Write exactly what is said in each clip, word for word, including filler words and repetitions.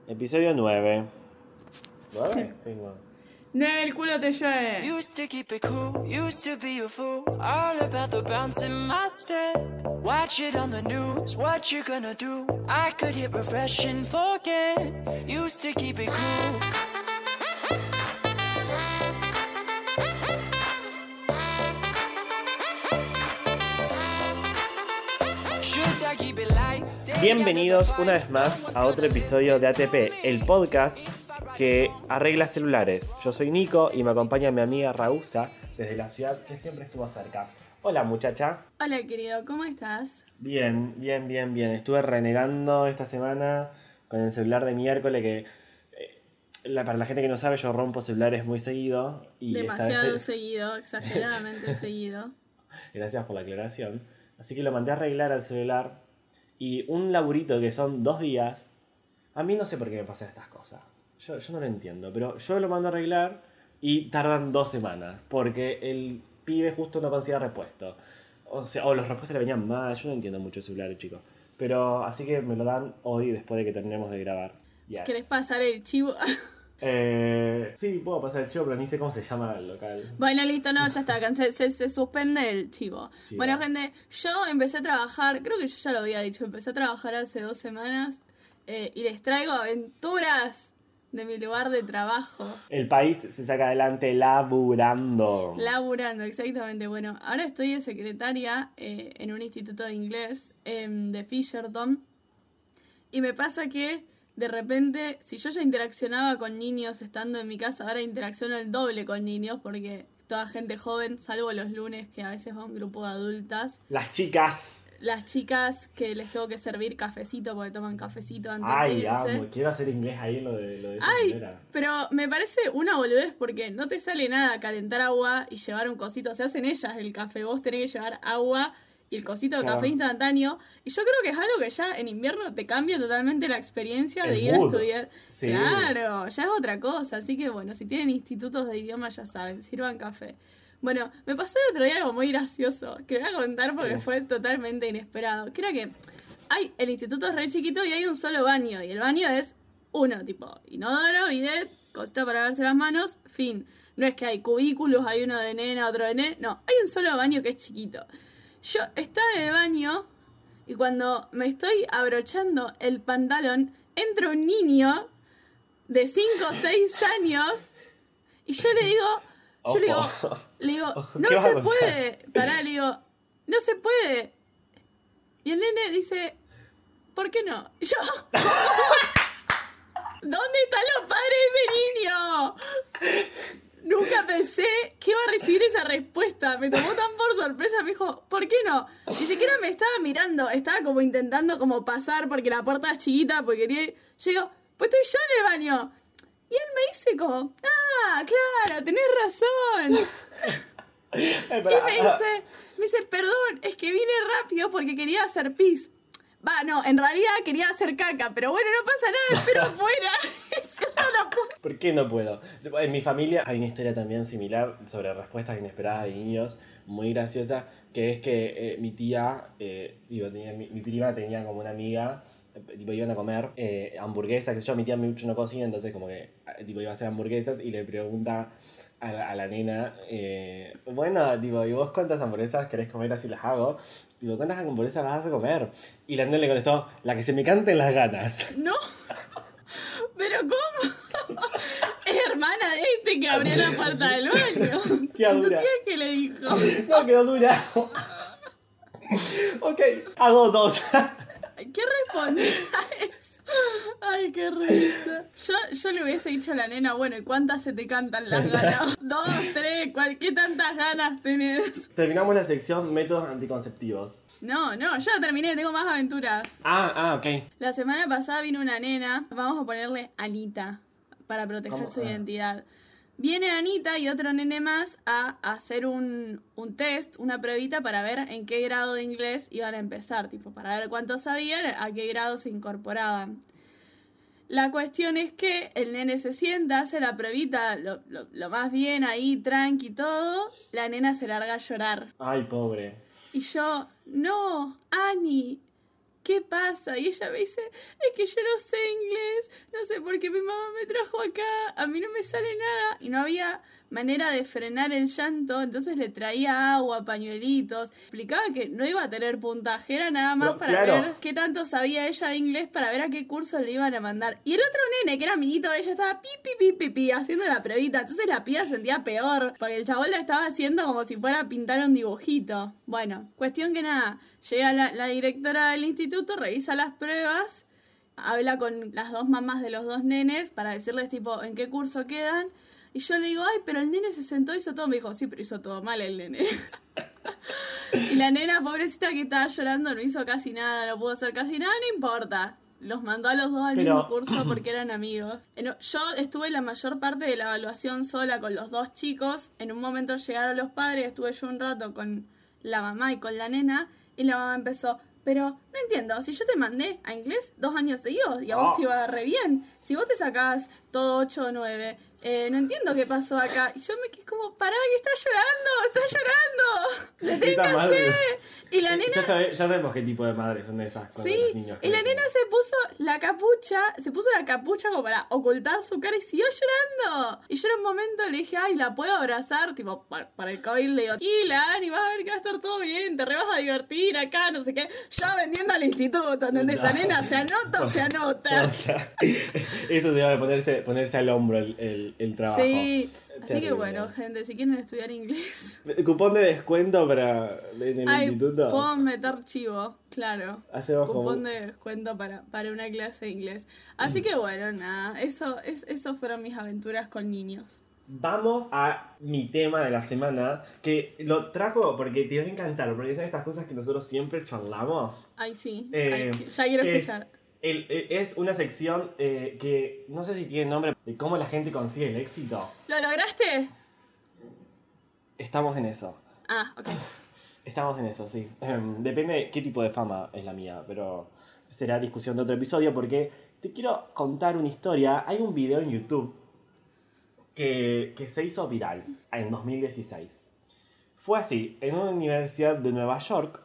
Episodio nueve. ¿nueve? Sí, nueve. nueve, el culo te llueve. Used to keep it cool, used to be a fool, all about the bounce in my step. Watch it on the news, what you gonna do? I could hit refresh and forget. Used to keep it cool. Should I keep it light? Stay Bienvenidos together, una vez más a otro episodio de A T P, el podcast que arregla celulares. Yo soy Nico y me acompaña mi amiga Raúsa desde la ciudad que siempre estuvo cerca. Hola muchacha. Hola, querido, ¿cómo estás? Bien, bien, bien, bien. Estuve renegando esta semana con el celular de miércoles que... eh, la- para la gente que no sabe, yo rompo celulares muy seguido. Y esta vez Demasiado te- seguido, exageradamente seguido. Gracias por la aclaración. Así que lo mandé a arreglar al celular. Y un laburito que son dos días. A mí no sé por qué me pasan estas cosas. Yo, yo no lo entiendo. Pero yo lo mando a arreglar y tardan dos semanas. Porque el pibe justo no consigue repuesto. O sea, o los repuestos le venían mal. Yo no entiendo mucho el celular, chicos. Pero así que me lo dan hoy después de que terminemos de grabar. Yes. ¿Querés pasar el chivo? Eh, sí, puedo pasar el chivo, pero ni sé cómo se llama el local. Bueno, listo, no, ya está, se, se, se suspende el chivo. Chivo. Bueno, gente, yo empecé a trabajar, creo que yo ya lo había dicho, empecé a trabajar hace dos semanas eh, y les traigo aventuras de mi lugar de trabajo. El país se saca adelante laburando. Laburando, exactamente. Bueno, ahora estoy de secretaria eh, en un instituto de inglés eh, de Fisherton. Y me pasa que, de repente, si yo ya interaccionaba con niños estando en mi casa, ahora interacciono el doble con niños porque toda gente joven, salvo los lunes que a veces va un grupo de adultas. Las chicas. Las chicas que les tengo que servir cafecito porque toman cafecito antes de Ay, irse. amo. Quiero hacer inglés ahí lo de, lo de esa Ay, primera. pero me parece una boludez porque no te sale nada calentar agua y llevar un cosito. Se hacen ellas el café, vos tenés que llevar agua y el cosito de Claro. café instantáneo. Y yo creo que es algo que ya en invierno te cambia totalmente la experiencia de El ir mood. a estudiar. Sí. Claro, ya es otra cosa. Así que bueno, si tienen institutos de idioma ya saben, sirvan café. Bueno, me pasó el otro día algo muy gracioso que voy a contar porque ¿Qué? fue totalmente inesperado. Que era que hay, el instituto es re chiquito y hay un solo baño. Y el baño es uno, tipo, inodoro, bidet, cosita para lavarse las manos, fin. No es que hay cubículos, hay uno de nena, otro de nene. No, hay un solo baño que es chiquito. Yo estaba en el baño y cuando me estoy abrochando el pantalón, entra un niño de cinco o seis años y yo le digo, yo le digo, Ojo. le digo, Ojo, no ¿qué vas a se contar? puede. Pará, le digo, no se puede. Y el nene dice, ¿por qué no? Y yo, ¿dónde están los padres de ese niño? Nunca pensé que iba a recibir esa respuesta. Me tomó tan por sorpresa. Me dijo, ¿por qué no? Ni siquiera me estaba mirando. Estaba como intentando como pasar porque la puerta es chiquita. Porque quería... Yo digo, pues estoy yo en el baño. Y él me dice como, ah, claro, tenés razón. Eh, Y pará. me dice, me dice, perdón, es que vine rápido porque quería hacer pis. Va, no, en realidad quería hacer caca, pero bueno, no pasa nada, espero afuera. Y cerró la puerta. ¿Por qué no puedo? Yo- En mi familia hay una historia también similar sobre respuestas inesperadas de niños, muy graciosa, que es que eh, mi tía, eh, digo, tenía, mi, mi prima tenía como una amiga, eh, tipo iban a comer eh, hamburguesas, que sé yo, mi tía mucho no cocina, entonces como que eh, tipo iba a hacer hamburguesas y le pregunta a la, a la nena, eh, bueno, tipo, ¿y vos cuántas hamburguesas querés comer así las hago? Digo, ¿cuántas hamburguesas vas a comer? Y la nena le contestó, la que se me canten las ganas. No, pero ¿cómo? Es hermana de este que abrió la puerta del baño. Tía ¿Y tu dura. tía qué le dijo? No, quedó dura. Ok, hago dos. ¿Qué respondí a eso? Ay, qué risa. Yo, yo le hubiese dicho a la nena, bueno, ¿y cuántas se te cantan las ganas? Dos, tres, ¿cuál- ¿qué tantas ganas tenés? Terminamos la sección métodos anticonceptivos. No, no, yo terminé, tengo más aventuras. Ah, ah, ok. La semana pasada vino una nena, vamos a ponerle Anita, para proteger ¿Cómo? su Ah. identidad. Viene Anita y otro nene más a hacer un, un test, una pruebita para ver en qué grado de inglés iban a empezar, tipo, para ver cuánto sabían, a qué grado se incorporaban. La cuestión es que el nene se sienta, hace la pruebita, lo, lo, lo más bien ahí, tranqui, todo, la nena se larga a llorar. Ay, pobre. Y yo, no, Ani, ¿qué pasa? Y ella me dice, es que yo no sé inglés, no sé por qué mi mamá me trajo acá, a mí no me sale nada. Y no había manera de frenar el llanto, entonces le traía agua, pañuelitos. Explicaba que no iba a tener puntaje, era nada más no, para claro. ver qué tanto sabía ella de inglés, para ver a qué curso le iban a mandar. Y el otro nene, que era amiguito de ella, estaba pi, pi, pi, pi, pi, haciendo la pruebita. Entonces la piba sentía peor, porque el chabón la estaba haciendo como si fuera a pintar un dibujito. Bueno, cuestión que nada, llega la, la directora del instituto, revisa las pruebas, habla con las dos mamás de los dos nenes para decirles tipo en qué curso quedan. Y yo le digo, ay, pero el nene se sentó y hizo todo. Me dijo, sí, pero hizo todo mal el nene. Y la nena, pobrecita que estaba llorando, no hizo casi nada, no pudo hacer casi nada, no importa. Los mandó a los dos al pero... mismo curso porque eran amigos. Yo estuve la mayor parte de la evaluación sola con los dos chicos. En un momento llegaron los padres, estuve yo un rato con la mamá y con la nena. Y la mamá empezó, pero no entiendo, si yo te mandé a inglés dos años seguidos y a vos oh. te iba re bien, si vos te sacás todo ocho o nueve, eh, no entiendo qué pasó acá. Y yo me quedé como, pará, que está llorando, está llorando, le tengo que hacer. Y la nena... Ya, sabe, ya sabemos qué tipo de madres son esas con sí, los niños. Y la nena se puso la capucha, se puso la capucha como para ocultar su cara y siguió llorando. Y yo en un momento le dije, ay, ¿la puedo abrazar? Tipo, para, para el COVID le digo, tranquila, Ani, vas a ver que va a estar todo bien, te re vas a divertir acá, no sé qué. Ya vendiendo al instituto, donde esa nena se anota o se anota. Eso se llama ponerse, ponerse al hombro el, el, el trabajo. Sí. Así Terrible. que bueno, gente, si quieren estudiar inglés. ¿Cupón de descuento para en el Ay, instituto? puedo meter chivo, claro. Hacemos Cupón como... de descuento para, para una clase de inglés. Así que bueno, nada, eso, es, eso fueron mis aventuras con niños. Vamos a mi tema de la semana, que lo trajo porque te va a encantar, porque son estas cosas que nosotros siempre charlamos. Ay, sí, Eh, Ay, ya quiero es, escuchar. el, es una sección eh, que no sé si tiene nombre, de cómo la gente consigue el éxito. ¿Lo lograste? Estamos en eso. Ah, ok. Estamos en eso, sí. Um, depende de qué tipo de fama es la mía, pero será discusión de otro episodio porque te quiero contar una historia. Hay un video en YouTube que, que se hizo viral en dos mil dieciséis. Fue así, en una universidad de Nueva York,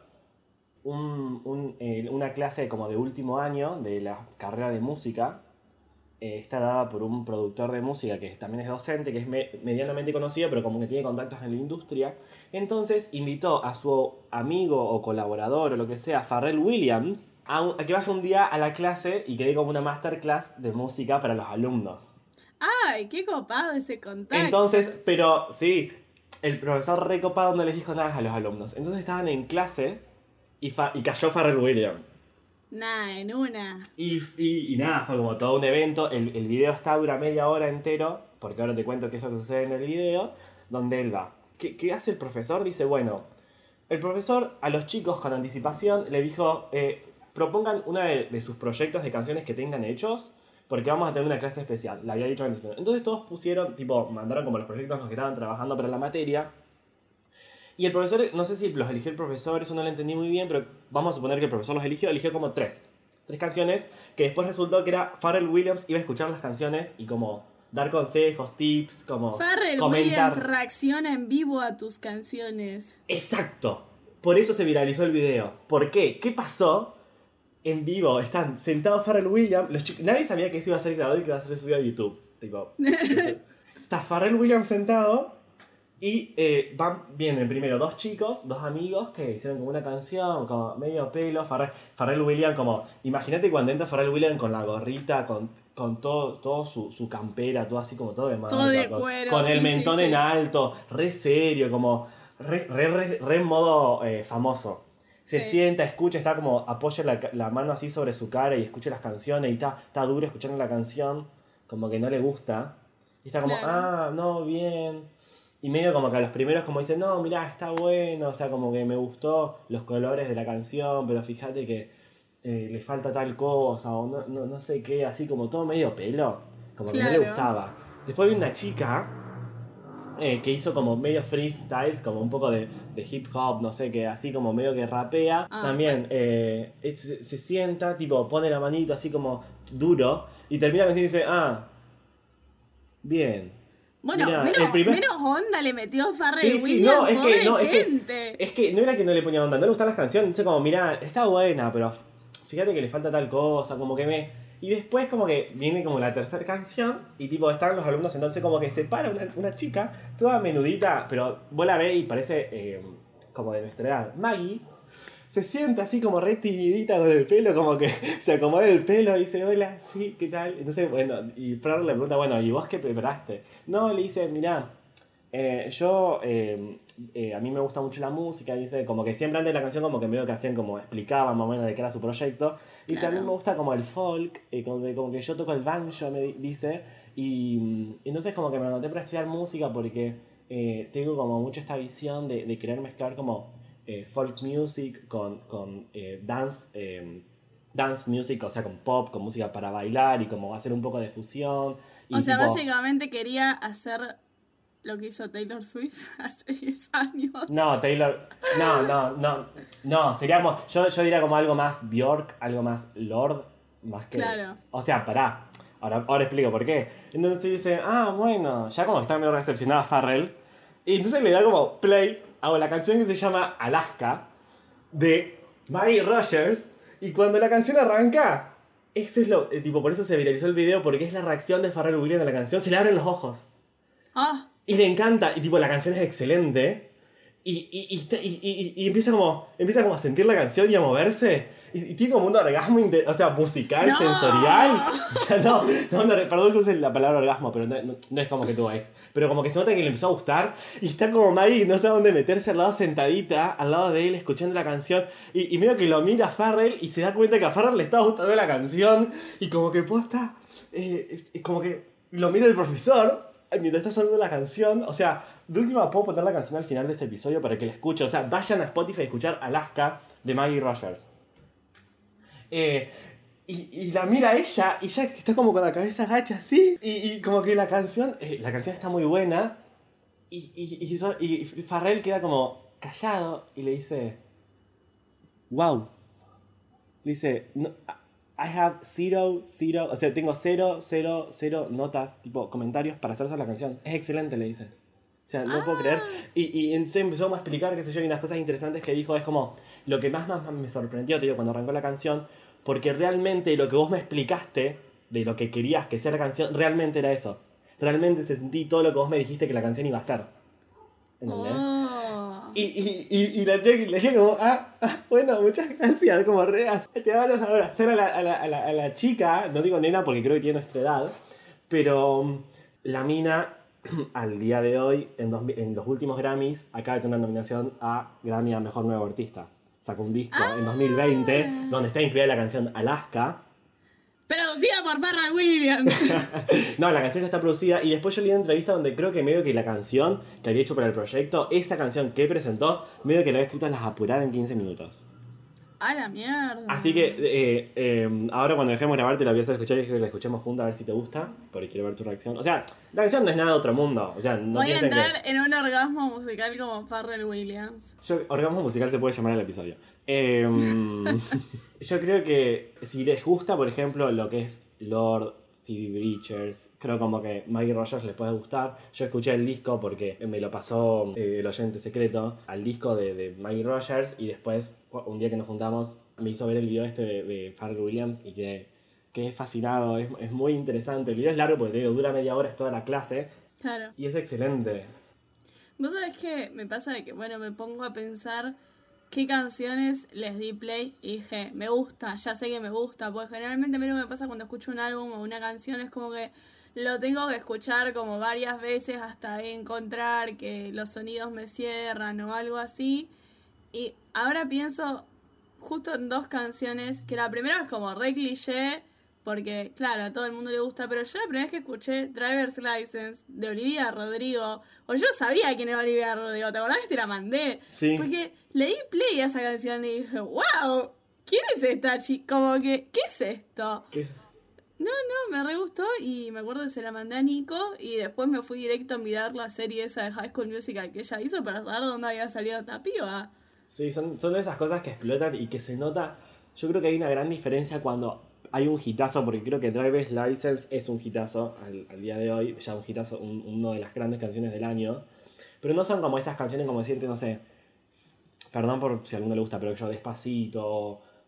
un, un, eh, una clase como de último año de la carrera de música eh, está dada por un productor de música que también es docente, que es me, medianamente conocido, pero como que tiene contactos en la industria. Entonces invitó a su amigo o colaborador o lo que sea, Pharrell Williams, a, un, a que vaya un día a la clase y que dé como una masterclass de música para los alumnos. Ay, qué copado ese contacto. Entonces, pero sí, el profesor recopado no les dijo nada a los alumnos. Entonces estaban en clase y, fa, y cayó Pharrell Williams. Nah, en una. Y, y, y nada, fue como todo un evento. El, el video está dura media hora entero, porque ahora te cuento qué es lo que sucede en el video, donde él va. ¿Qué, qué hace el profesor? Dice, bueno, el profesor a los chicos con anticipación le dijo, eh, propongan uno de, de sus proyectos de canciones que tengan hechos, porque vamos a tener una clase especial. Le había dicho antes. Entonces todos pusieron, tipo, mandaron como los proyectos los que estaban trabajando para la materia. Y el profesor, no sé si los eligió el profesor, eso no lo entendí muy bien, pero vamos a suponer que el profesor los eligió, eligió como tres. Tres canciones, que después resultó que era Pharrell Williams, iba a escuchar las canciones y como dar consejos, tips, como Pharrell comentar. Williams reacciona en vivo a tus canciones. Exacto. Por eso se viralizó el video. ¿Por qué? ¿Qué pasó? En vivo, están sentados Pharrell Williams, los chicos, nadie sabía que eso iba a ser grabado y que iba a ser subido a YouTube. Tipo, está Pharrell Williams sentado. Y eh, van, vienen primero dos chicos, dos amigos que hicieron como una canción, como medio pelo. Pharrell, Pharrell Williams, como, imagínate cuando entra Pharrell Williams con la gorrita, con, con todo, todo su, su campera, todo así como todo de marca. Todo de con, cuero. con sí, el mentón sí, en sí. alto, re serio, como re, re, re, re en modo eh, famoso. Se Sí. sienta, escucha, está como, apoya la, la mano así sobre su cara y escucha las canciones y está, está duro escuchando la canción, como que no le gusta. Y está como, Claro. ah, no, bien. Y medio como que a los primeros como dicen, no, mirá, está bueno, o sea, como que me gustó los colores de la canción, pero fíjate que eh, le falta tal cosa, o no, no, no sé qué, así como todo medio pelo, como que no le Claro. gustaba. Después vi una chica eh, que hizo como medio freestyles, como un poco de, de hip hop, no sé qué, así como medio que rapea. Ah, También eh, se, se sienta, tipo, pone la manito así como duro, y termina con y dice, ah, bien. Bueno, Mirá, menos, el primer- menos onda le metió Pharrell Sí, sí, Williams, no, es pobre que, no, es que, gente. es que no era que no le ponía onda, no le gustaban las canciones, dice como, mirá, está buena, pero fíjate que le falta tal cosa, como que me... Y después como que viene como la tercera canción y tipo están los alumnos, entonces como que se para una, una chica toda menudita, pero vos la ves y parece eh, como de nuestra edad. Maggie se sienta así como re timidita con el pelo, como que se acomoda el pelo y dice, hola, sí, ¿qué tal? Entonces, bueno, y Fer le pregunta, bueno, ¿y vos qué preparaste? No, le dice, mirá, eh, yo, eh, eh, a mí me gusta mucho la música, dice, como que siempre antes de la canción como que medio que hacían como explicaban más o menos de qué era su proyecto. Dice, claro. A mí me gusta como el folk, eh, como, de, como que yo toco el banjo, me dice, y entonces como que me anoté para estudiar música porque eh, tengo como mucho esta visión de, de querer mezclar como eh, folk music con, con eh, dance, eh, dance music, o sea, con pop, con música para bailar y como hacer un poco de fusión. Y o sea, tipo, básicamente quería hacer lo que hizo Taylor Swift hace diez años. No, Taylor, no, no, no, no, sería como, yo, yo diría como algo más Bjork, algo más Lord, más que... Claro. O sea, pará, ahora, ahora explico por qué. Entonces dice, ah, bueno, ya como está medio recepcionada Farrell, y entonces le da como play a la canción que se llama Alaska, de Maggie Rogers, y cuando la canción arranca, eso es lo, eh, tipo, por eso se viralizó el video, porque es la reacción de Pharrell Williams a la canción, se le abren los ojos. Ah. Y le encanta, y tipo la canción es excelente. Y, y, y, y, y, y empieza, como, empieza como a sentir la canción y a moverse. Y, y tiene como un orgasmo, inte- o sea, musical, no. sensorial. O sea, no, no, no, perdón que use la palabra orgasmo, pero no, no, no es como que tuvo ex. Pero como que se nota que le empezó a gustar. Y está como Maggie, no sabe dónde meterse al lado, sentadita, al lado de él, escuchando la canción. Y, y medio que lo mira a Farrell y se da cuenta que a Farrell le estaba gustando la canción. Y como que posta, eh, es, es como que lo mira el profesor mientras está sonando la canción. O sea, de última puedo poner la canción al final de este episodio para que la escuchen. O sea, vayan a Spotify a escuchar Alaska de Maggie Rogers. Eh, y, y la mira a ella y ya está como con la cabeza agacha así. Y, y como que la canción, eh, la canción está muy buena. Y, y, y, y Farrell queda como callado y le dice, wow. Le dice, no, I have zero, zero, o sea, tengo cero, cero, cero notas, tipo comentarios para hacer sobre la canción. Es excelente, le dice. O sea, no ah. puedo creer. Y, y entonces empezó a explicar, qué sé yo, y unas cosas interesantes que dijo, es como, lo que más, más, más me sorprendió, te digo, cuando arrancó la canción, porque realmente lo que vos me explicaste, de lo que querías que sea la canción, realmente era eso. Realmente se sentí todo lo que vos me dijiste que la canción iba a ser. ¿Entendés? Oh. Y, y, y, y la chica como, ah, ah, bueno, muchas gracias, como re, te van a abrazar a la, a, la, a, la, a la chica, no digo nena porque creo que tiene nuestra edad, pero la mina al día de hoy, en, dos, en los últimos Grammys, acaba de tener una nominación a Grammy a Mejor Nuevo Artista. Sacó un disco ah. en dos mil veinte, donde está incluida la canción Alaska. Producida por Pharrell Williams. No, la canción ya está producida. Y después yo leí una entrevista donde creo que medio que la canción que había hecho para el proyecto, esa canción que presentó, medio que la había escrito a las apuradas en quince minutos. A la mierda. Así que eh, eh, ahora cuando dejemos grabar te la voy a hacer escuchar y que la escuchemos juntos a ver si te gusta, porque quiero ver tu reacción. O sea, la canción no es nada de otro mundo. O sea, no voy a entrar que... en un orgasmo musical como Pharrell Williams. Yo, orgasmo musical se puede llamar al episodio. Eh, yo creo que si les gusta, por ejemplo, lo que es Lord, Phoebe Bridgers, creo como que Maggie Rogers les puede gustar. Yo escuché el disco porque me lo pasó eh, el oyente secreto al disco de, de Maggie Rogers, y después, un día que nos juntamos, me hizo ver el video este de, de Pharrell Williams y quedé, quedé fascinado. Es, es muy interesante. El video es largo porque te digo, dura media hora, es toda la clase. Claro. Y es excelente. Vos sabés que me pasa de que, bueno, me pongo a pensar qué canciones les di play y dije, me gusta, ya sé que me gusta, porque generalmente a mí lo que me pasa cuando escucho un álbum o una canción es como que lo tengo que escuchar como varias veces hasta encontrar que los sonidos me cierran o algo así. Y ahora pienso justo en dos canciones, que la primera es como re cliché, porque claro, a todo el mundo le gusta, pero yo la primera vez que escuché Driver's License de Olivia Rodrigo, o yo sabía quién era Olivia Rodrigo, ¿te acordás que te la mandé? Sí. Porque le di play a esa canción y dije, wow, ¿quién es esta chica? Como que, ¿qué es esto? ¿Qué? No, no, me re gustó y me acuerdo que se la mandé a Nico y después me fui directo a mirar la serie esa de High School Musical que ella hizo para saber dónde había salido esta piba. Sí, son, son de esas cosas que explotan y que se nota. Yo creo que hay una gran diferencia cuando hay un hitazo, porque creo que Driver's License es un hitazo al, al día de hoy, ya un hitazo, un, uno de las grandes canciones del año. Pero no son como esas canciones como decirte, no sé, perdón por si a alguno le gusta, pero yo Despacito,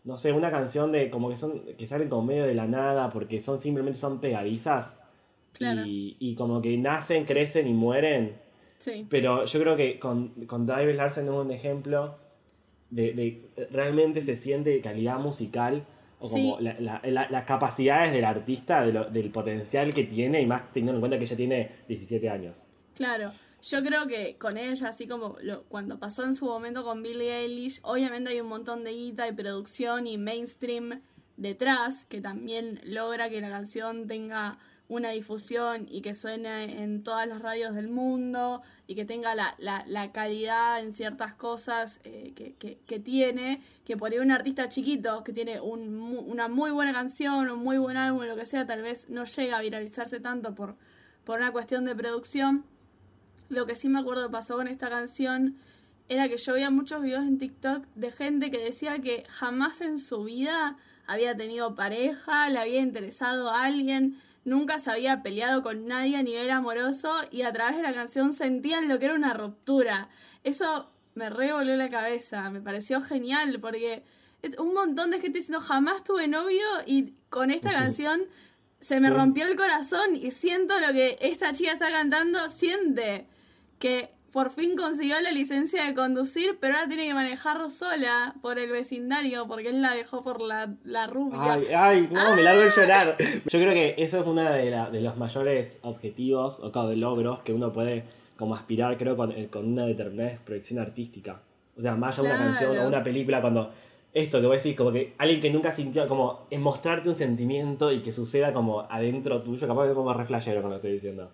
no sé, una canción de como que son que salen como medio de la nada porque son simplemente son pegadizas. Claro. Y, y como que nacen, crecen y mueren. Sí. Pero yo creo que con, con David Larsen es un ejemplo de, de realmente se siente calidad musical o como Sí. la, la, la, las capacidades del artista, de lo, del potencial que tiene y más teniendo en cuenta que ella tiene diecisiete años. Claro, yo creo que con ella, así como lo, cuando pasó en su momento con Billie Eilish, obviamente hay un montón de guita y producción y mainstream detrás, que también logra que la canción tenga una difusión y que suene en todas las radios del mundo y que tenga la, la, la calidad en ciertas cosas eh, que, que, que tiene, que por ahí un artista chiquito que tiene un, una muy buena canción, un muy buen álbum, lo que sea, tal vez no llega a viralizarse tanto por, por una cuestión de producción. Lo que sí me acuerdo que pasó con esta canción era que yo veía muchos videos en TikTok de gente que decía que jamás en su vida había tenido pareja, le había interesado a alguien, nunca se había peleado con nadie a nivel amoroso y a través de la canción sentían lo que era una ruptura. Eso me revolvió la cabeza, me pareció genial porque un montón de gente diciendo jamás tuve novio y con esta canción se me Sí. rompió el corazón y siento lo que esta chica está cantando, siente que por fin consiguió la licencia de conducir, pero ahora tiene que manejar sola por el vecindario porque él la dejó por la, la rubia. Ay, ay, no, me largo de llorar. Yo creo que eso es uno de, la, de los mayores objetivos o claro, de logros que uno puede como aspirar, creo, con, con una determinada proyección artística. O sea, más allá de una Claro. canción o una película, cuando esto que vos decís, como que alguien que nunca sintió, como en mostrarte un sentimiento y que suceda como adentro tuyo, capaz me pongo re flashero con lo que estoy diciendo.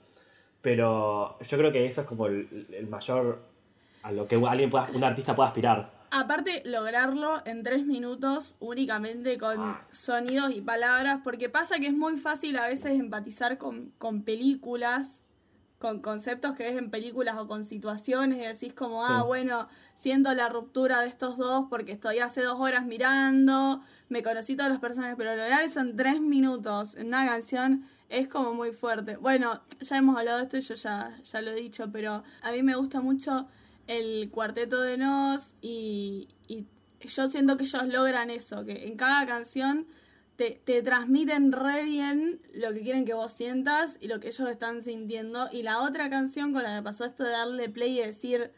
Pero yo creo que eso es como el, el mayor a lo que alguien pueda, un artista pueda aspirar. Aparte, lograrlo en tres minutos únicamente con sonidos y palabras, porque pasa que es muy fácil a veces empatizar con, con películas, con conceptos que ves en películas o con situaciones y decís como, ah, Sí. bueno, siento la ruptura de estos dos porque estoy hace dos horas mirando, me conocí todos los personajes, pero lograr eso en tres minutos en una canción es como muy fuerte. Bueno, ya hemos hablado de esto y yo ya, ya lo he dicho, pero a mí me gusta mucho el Cuarteto de Nos y, y yo siento que ellos logran eso, que en cada canción te, te transmiten re bien lo que quieren que vos sientas y lo que ellos están sintiendo. Y la otra canción con la que pasó esto de darle play y decir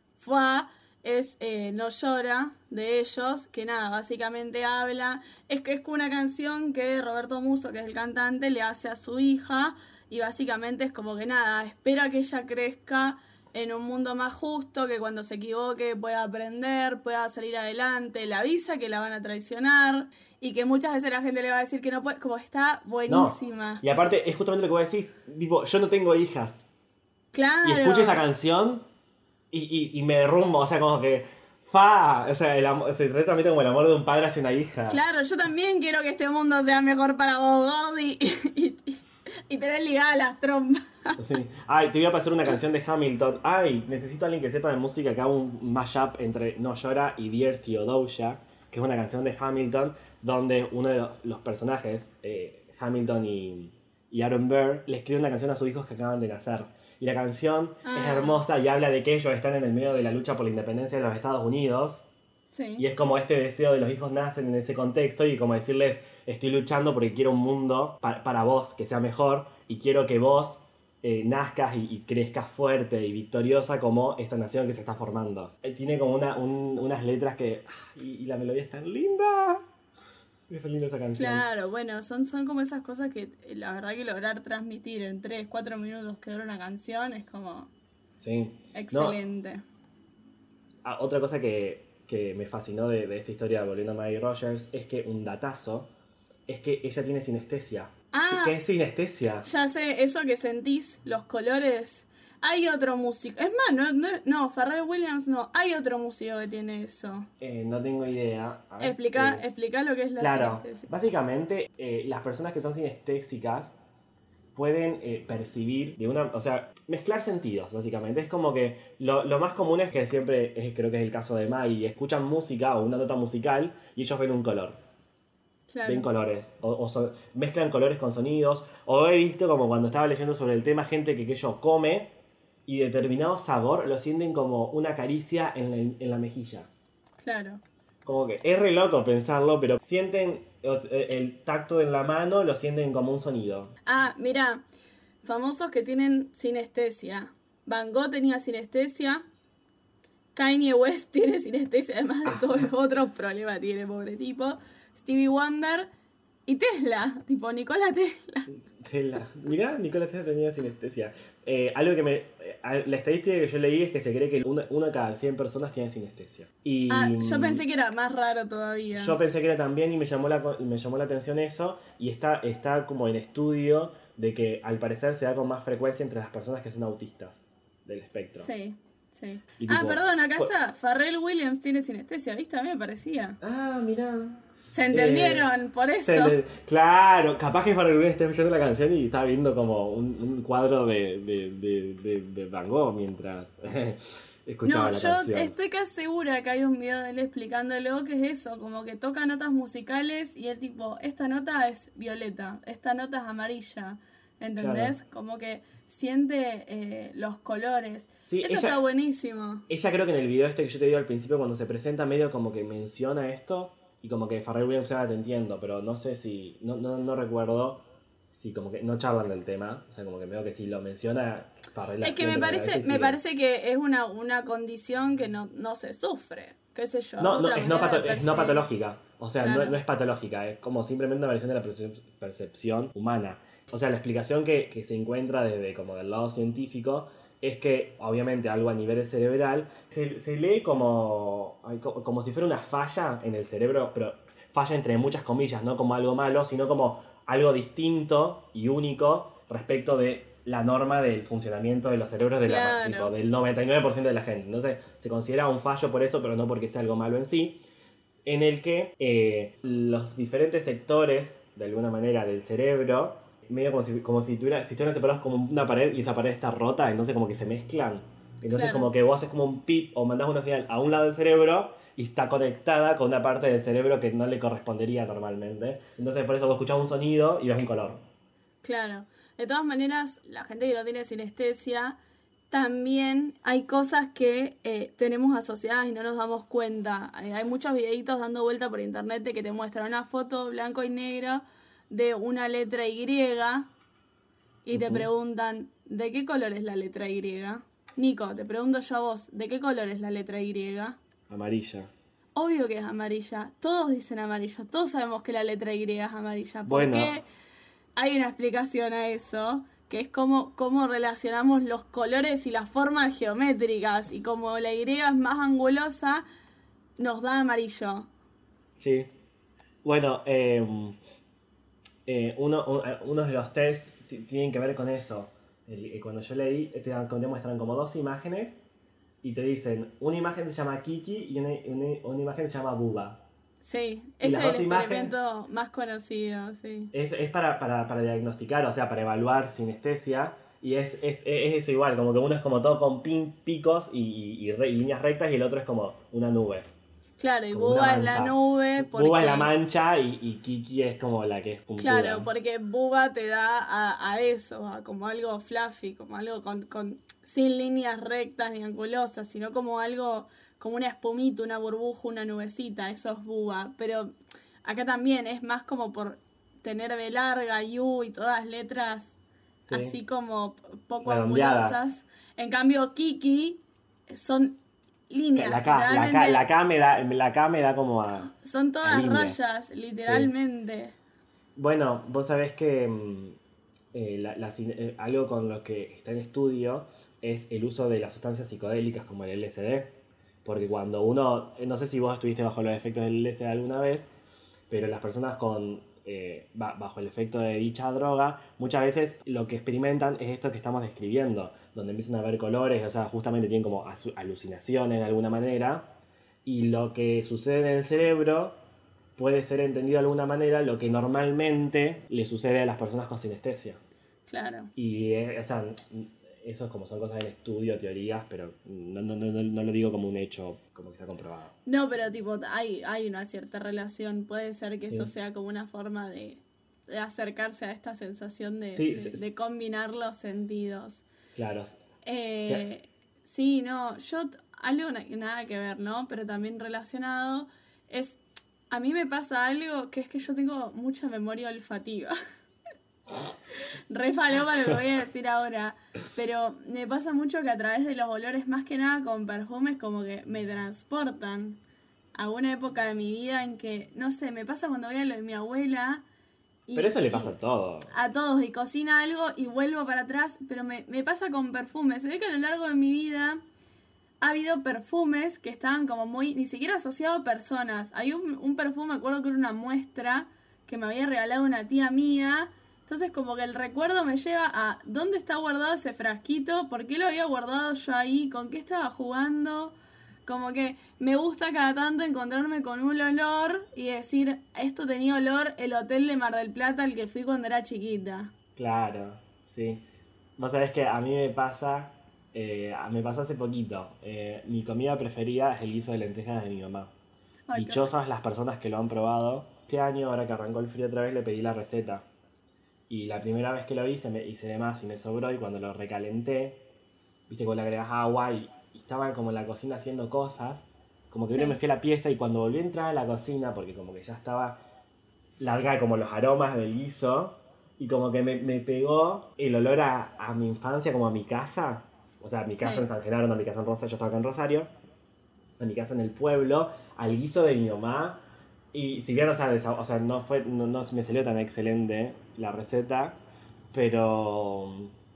fuá es eh, No Llora, de ellos, que nada, básicamente habla, es que es una canción que Roberto Musso, que es el cantante, le hace a su hija y básicamente es como que nada, espera que ella crezca en un mundo más justo, que cuando se equivoque pueda aprender, pueda salir adelante, le avisa que la van a traicionar y que muchas veces la gente le va a decir que no puede, como está buenísima. No. Y aparte, es justamente lo que vos decís, tipo, yo no tengo hijas. Claro. Y escucho esa canción y, y, y me derrumbo, o sea, como que, fa, o sea, el amor, se retransmite como el amor de un padre hacia una hija. Claro, yo también quiero que este mundo sea mejor para vos, Gordy, y, y, y tener ligadas las trompas. Sí. Ay, te voy a pasar una canción de Hamilton. Ay, necesito a alguien que sepa de música que haga un mashup entre No Llora y Dear Theodosia, que es una canción de Hamilton, donde uno de los, los personajes, eh, Hamilton y, y Aaron Burr, le escribe una canción a sus hijos que acaban de nacer. Y la canción Ah. es hermosa y habla de que ellos están en el medio de la lucha por la independencia de los Estados Unidos. Sí. Y es como este deseo de los hijos nacen en ese contexto y como decirles, estoy luchando porque quiero un mundo pa- para vos que sea mejor y quiero que vos eh, nazcas y, y crezcas fuerte y victoriosa como esta nación que se está formando. Eh, tiene como una, un- unas letras que... ah, Y, y la melodía es tan linda. Es re linda esa canción. Claro, bueno, son, son como esas cosas que eh, la verdad que lograr transmitir en tres, cuatro minutos que dura una canción es como Sí. No, excelente. ah, otra cosa que, que me fascinó de, de esta historia, volviendo a Maggie Rogers, es que un datazo es que ella tiene sinestesia. Ah. ¿Qué es sinestesia? Ya sé, eso que sentís, los colores. Hay otro músico, es más, no, no, no Pharrell Williams no, hay otro músico que tiene eso. Eh, no tengo idea. A ver, Explica, eh, explica lo que es la Claro, sinestesia. básicamente eh, las personas que son sinestésicas pueden eh, percibir de una, o sea, mezclar sentidos, básicamente. Es como que lo, lo más común es que siempre, es, creo que es el caso de Maggie, escuchan música o una nota musical y ellos ven un color. Claro. Ven colores, o, o son- mezclan colores con sonidos, o he visto como cuando estaba leyendo sobre el tema gente que, que ello come y determinado sabor lo sienten como una caricia en la, en la mejilla. Claro. Como que es re loco pensarlo, pero sienten el tacto en la mano, lo sienten como un sonido. Ah, mira, famosos que tienen sinestesia. Van Gogh tenía sinestesia. Kanye West tiene sinestesia, además de todos los otros problemas tiene, pobre tipo. Stevie Wonder y Tesla, tipo Nikola Tesla. Tesla. Mirá, Nikola Tesla tenía sinestesia. Eh, algo que me... eh, la estadística que yo leí es que se cree que una, una cada cien personas tiene sinestesia. Y, Ah, yo pensé que era más raro todavía. Yo pensé que era también y me llamó la, me llamó la atención eso. Y está, está como en estudio de que al parecer se da con más frecuencia entre las personas que son autistas del espectro. Sí. Sí. Y Ah, tipo, perdón, acá pues- está. Pharrell Williams tiene sinestesia, ¿viste? A mí me parecía. Ah, mirá. Se entendieron, Eh, por eso. se ente- Claro, capaz que Pharrell Williams esté escuchando la canción y está viendo como un, un cuadro de, de, de, de, de Van Gogh mientras escuchaba No, la yo canción. estoy casi segura que hay un video de él explicándolo que es eso, como que toca notas musicales y él tipo, esta nota es violeta, esta nota es amarilla, ¿entendés? Claro. Como que siente eh, los colores. Sí, eso ella- está buenísimo. Ella creo que en el video este que yo te digo al principio, cuando se presenta, medio como que menciona esto y como que Pharrell Williams, ah, te entiendo, pero no sé si, no, no, no recuerdo si como que no charlan del tema, o sea, como que veo que si lo menciona Pharrell Es que me asiente con la parece, cabeza y me sigue. parece que es una, una condición que no, no se sufre, qué sé yo. No, no, otra es no, manera pato- de es no percibir. patológica. O sea, no, Claro. no es patológica, es como simplemente una versión de la percep- percepción humana. O sea, la explicación que, que se encuentra desde como del lado científico es que, obviamente, algo a nivel cerebral se, se lee como, ay, co- como si fuera una falla en el cerebro, pero falla entre muchas comillas, no como algo malo, sino como algo distinto y único respecto de la norma del funcionamiento de los cerebros de la, Claro. tipo, del noventa y nueve por ciento de la gente. Entonces, se considera un fallo por eso, pero no porque sea algo malo en sí, en el que eh, los diferentes sectores, de alguna manera, del cerebro, medio como si, como si, tuviera, si estuvieran separados como una pared y esa pared está rota, entonces como que se mezclan. Entonces Claro. como que vos haces como un pip o mandás una señal a un lado del cerebro y está conectada con una parte del cerebro que no le correspondería normalmente. Entonces por eso vos escuchás un sonido y ves un color. Claro. De todas maneras, la gente que no tiene sinestesia, también hay cosas que eh, tenemos asociadas y no nos damos cuenta. Eh, hay muchos videitos dando vuelta por internet de que te muestran una foto blanco y negro de una letra Y y te Ujú. preguntan, ¿de qué color es la letra Y? Nico, te pregunto yo a vos, ¿de qué color es la letra Y? Amarilla. Obvio que es amarilla. Todos dicen amarilla. Todos sabemos que la letra Y es amarilla. ¿Por Bueno. qué? Hay una explicación a eso, que es cómo, cómo relacionamos los colores y las formas geométricas. Y como la Y es más angulosa, nos da amarillo. Sí. Bueno, eh, eh, uno, un- uno de los test t- tienen que ver con eso. El- eh, cuando yo leí, te, dan- te muestran como dos imágenes y te dicen, una imagen se llama Kiki y una, una, una imagen se llama Buba. Sí, Y ese las es el dos imágenes- experimento más conocido, sí. Es, es para, para, para diagnosticar, o sea, para evaluar sinestesia. Y es, es, es eso igual, como que uno es como todo con pin, picos y, y- y re- y líneas rectas y el otro es como una nube. Claro, y Como una Buba es la mancha. nube porque... Buba es la mancha y, y Kiki es como la que es puntuda. Claro, porque Buba te da a, a eso, a como algo fluffy, como algo con, con sin líneas rectas ni angulosas, sino como algo, como una espumita, una burbuja, una nubecita, eso es Buba. Pero acá también es más como por tener B larga, U y todas letras Sí. así como p- poco Redondeadas. angulosas. En cambio, Kiki son líneas, La K, la, K, literalmente, la, K me da, la K me da como a... son todas línea. rayas, literalmente. Bueno, vos sabés que mm, eh, la- la cine- eh, algo con lo que está en estudio es el uso de las sustancias psicodélicas como el L S D. Porque cuando uno, eh, no sé si vos estuviste bajo los efectos del L S D alguna vez, pero las personas con eh, ba- bajo el efecto de dicha droga, muchas veces lo que experimentan es esto que estamos describiendo, donde empiezan a ver colores, o sea, justamente tienen como asu- alucinaciones de alguna manera, y lo que sucede en el cerebro puede ser entendido de alguna manera lo que normalmente le sucede a las personas con sinestesia. Claro. Y, eh, o sea, eso es como son cosas en estudio, teorías, pero no, no, no, no, no lo digo como un hecho, como que está comprobado. No, pero tipo, hay, hay una cierta relación. Puede ser que Sí. eso sea como una forma de, de acercarse a esta sensación de, Sí, de, sí, de sí. combinar los sentidos. Claro. Eh, sí, no, yo, t- algo na- nada que ver, ¿no? Pero también relacionado, es... A mí me pasa algo que es que yo tengo mucha memoria olfativa. Re falopa lo que voy a decir ahora. Pero me pasa mucho que a través de los olores, más que nada con perfumes, como que me transportan a una época de mi vida en que, no sé, me pasa cuando voy a lo de mi abuela. Y, pero eso le pasa a todos. A todos, y cocina algo y vuelvo para atrás. Pero me, me pasa con perfumes. Se ve que a lo largo de mi vida ha habido perfumes que estaban como muy, ni siquiera asociados a personas. Hay un, un perfume, me acuerdo que era una muestra que me había regalado una tía mía. Entonces como que el recuerdo me lleva a dónde está guardado ese frasquito, por qué lo había guardado yo ahí, con qué estaba jugando. Como que me gusta cada tanto encontrarme con un olor y decir, esto tenía olor el hotel de Mar del Plata al que fui cuando era chiquita. Claro, sí. Vos sabés que a mí me pasa... Eh, me pasó hace poquito. Eh, mi comida preferida es el guiso de lentejas de mi mamá. Ay, dichosas las personas que lo han probado. Este año, ahora que arrancó el frío otra vez, le pedí la receta. Y la primera vez que lo hice, me hice de más y me sobró. Y cuando lo recalenté, viste, cuando le agregas agua y, y estaba como en la cocina haciendo cosas. Como que sí. Yo me fui a la pieza y cuando volví a entrar a la cocina, porque como que ya estaba larga como los aromas del guiso, y como que me, me pegó el olor a, a mi infancia, como a mi casa. O sea, mi casa sí. En San Genaro, no mi casa en Rosario, yo estaba acá en Rosario. A mi casa en el pueblo, al guiso de mi mamá. Y si bien, o sea, desa- o sea no, fue, no, no me salió tan excelente la receta, pero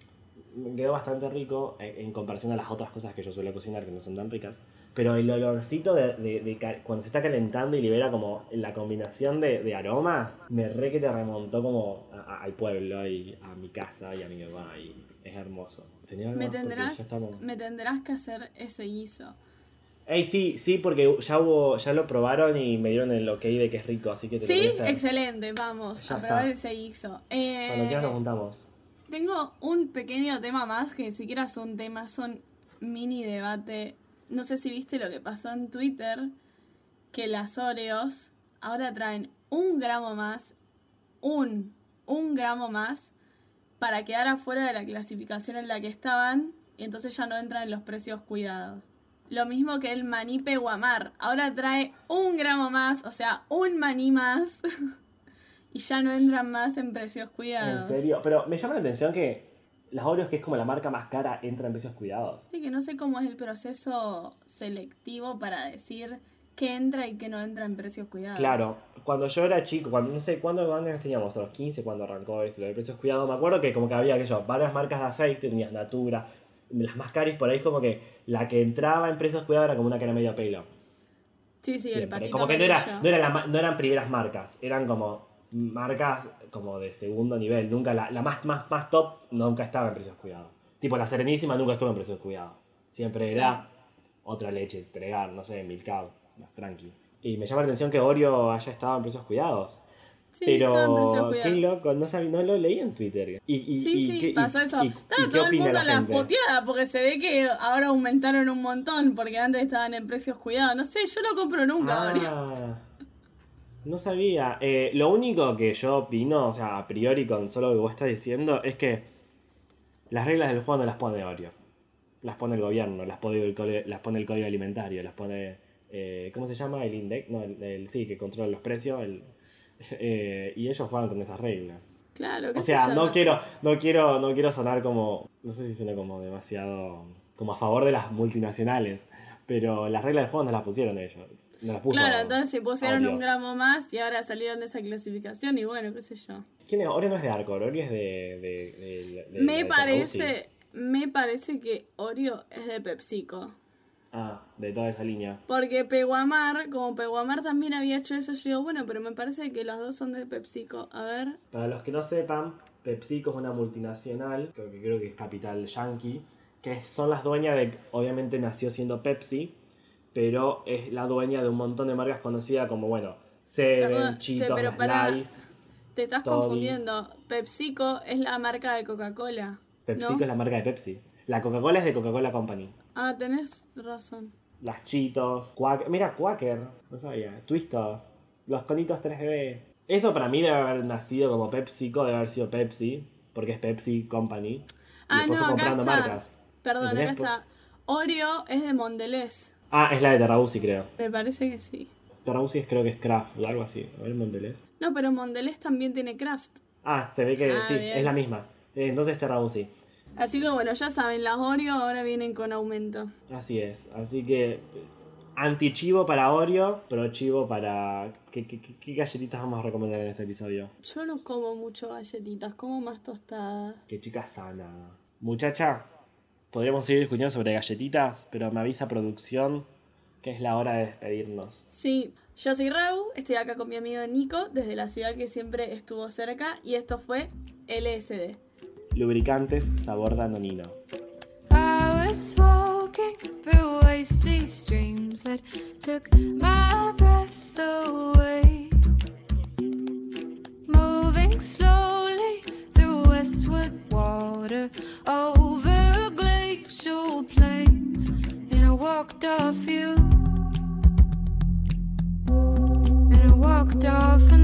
me quedó bastante rico en, en comparación a las otras cosas que yo suelo cocinar, que no son tan ricas. Pero el olorcito de, de, de, de cuando se está calentando y libera como la combinación de, de aromas, me re que te remontó como a, a, al pueblo y a mi casa y a mi mamá. Y es hermoso. Me tendrás, estamos... me tendrás que hacer ese guiso. Ey, sí, sí, porque ya hubo, ya lo probaron y me dieron el ok de que es rico, así que te sí, lo voy a hacer. Excelente, vamos ya a probar está. Ese guiso. Eh, Cuando quieras nos juntamos. Tengo un pequeño tema más, que ni siquiera son temas, son mini debate. No sé si viste lo que pasó en Twitter, que las Oreos ahora traen un gramo más, un, un gramo más, para quedar afuera de la clasificación en la que estaban, y entonces ya no entran en los precios cuidados. Lo mismo que el maní Peguamar. Ahora trae un gramo más, o sea, un maní más, y ya no entran más en precios cuidados. ¿En serio? Pero me llama la atención que las Oreos, que es como la marca más cara, entran en precios cuidados. Sí, que no sé cómo es el proceso selectivo para decir qué entra y qué no entra en precios cuidados. Claro, cuando yo era chico, cuando no sé cuándo años teníamos, a los quince, cuando arrancó esto de precios cuidados, me acuerdo que como que había aquello, varias marcas de aceite, tenías Natura, las más caras por ahí, como que la que entraba en precios cuidados era como una que era medio pelo. Sí, sí, siempre. El patito como que no, era, no, era la, no eran primeras marcas, eran como marcas como de segundo nivel. Nunca la, la más, más, más top nunca estaba en precios cuidados. Tipo la Serenísima nunca estuvo en precios cuidados. Siempre era otra leche, entregar, no sé, Milcao, más tranqui. Y me llama la atención que Oreo haya estado en precios cuidados. Sí, pero qué loco, no, sabía, no lo leí en Twitter. Y, y, sí, y, sí, ¿qué, pasó y, eso. Y, Estaba y todo el mundo la a las puteadas, porque se ve que ahora aumentaron un montón, porque antes estaban en precios cuidados. No sé, yo no compro nunca. Ah, no sabía. Eh, lo único que yo opino, o sea, a priori con solo lo que vos estás diciendo, es que las reglas del juego no las pone Oreo. Las pone el gobierno, las pone el, código, las pone el código alimentario, las pone... Eh, ¿Cómo se llama? El INDEC. No, el, el, sí, que controla los precios. El, eh, y ellos juegan con esas reglas. Claro, o sea, no quiero, no quiero, no quiero sonar como, no sé si suena como demasiado, como a favor de las multinacionales, pero las reglas del juego no las pusieron ellos, no las puso. Claro, entonces se pusieron Oreo. Un gramo más y ahora salieron de esa clasificación y bueno, qué sé yo. ¿Quién es? Oreo no es de Arcor, Oreo es de, de, de, de me de parece, me parece que Oreo es de PepsiCo. Ah, de toda esa línea. Porque Peguamar, como Peguamar también había hecho eso, yo digo, bueno, pero me parece que los dos son de PepsiCo. A ver. Para los que no sepan, PepsiCo es una multinacional, creo que, creo que es capital yankee, que son las dueñas de, obviamente nació siendo Pepsi, pero es la dueña de un montón de marcas conocidas como, bueno, Seven, Perdón, Cheetos, te, Slice. Te estás Toby. Confundiendo. PepsiCo es la marca de Coca-Cola. PepsiCo ¿no? es la marca de Pepsi. La Coca-Cola es de Coca-Cola Company. Ah, tenés razón. Las Cheetos, Quaker, mira, Quaker, no sabía, Twistos, los conitos tres B. Eso para mí debe haber nacido como PepsiCo, debe haber sido Pepsi, porque es Pepsi Company. Y ah, después no, fue acá comprando está. Marcas. Perdón, acá está. Oreo es de Mondelez. Ah, es la de Terrabuzzi, creo. Me parece que sí. Terrabusi es, creo que es craft o algo así. A ver, Mondelez. No, pero Mondelez también tiene craft. Ah, se ve que Ah, sí, bien. es la misma. Eh, Entonces Terrabusi. Así que bueno, ya saben, las Oreo ahora vienen con aumento. Así es. Así que eh, anti-chivo para Oreo, pero chivo para... ¿Qué, qué, qué- qué galletitas vamos a recomendar en este episodio? Yo no como mucho galletitas, como más tostadas. Qué chica sana. Muchacha, podríamos seguir discutiendo sobre galletitas, pero me avisa producción que es la hora de despedirnos. Sí, yo soy Rau, estoy acá con mi amigo Nico, desde la ciudad que siempre estuvo cerca, y esto fue L S D. Lubricantes sabor danonino. I was walking through icy streams that took my breath away. Moving slowly through westward water, over glacial plains, and I walked off you, and I walked off.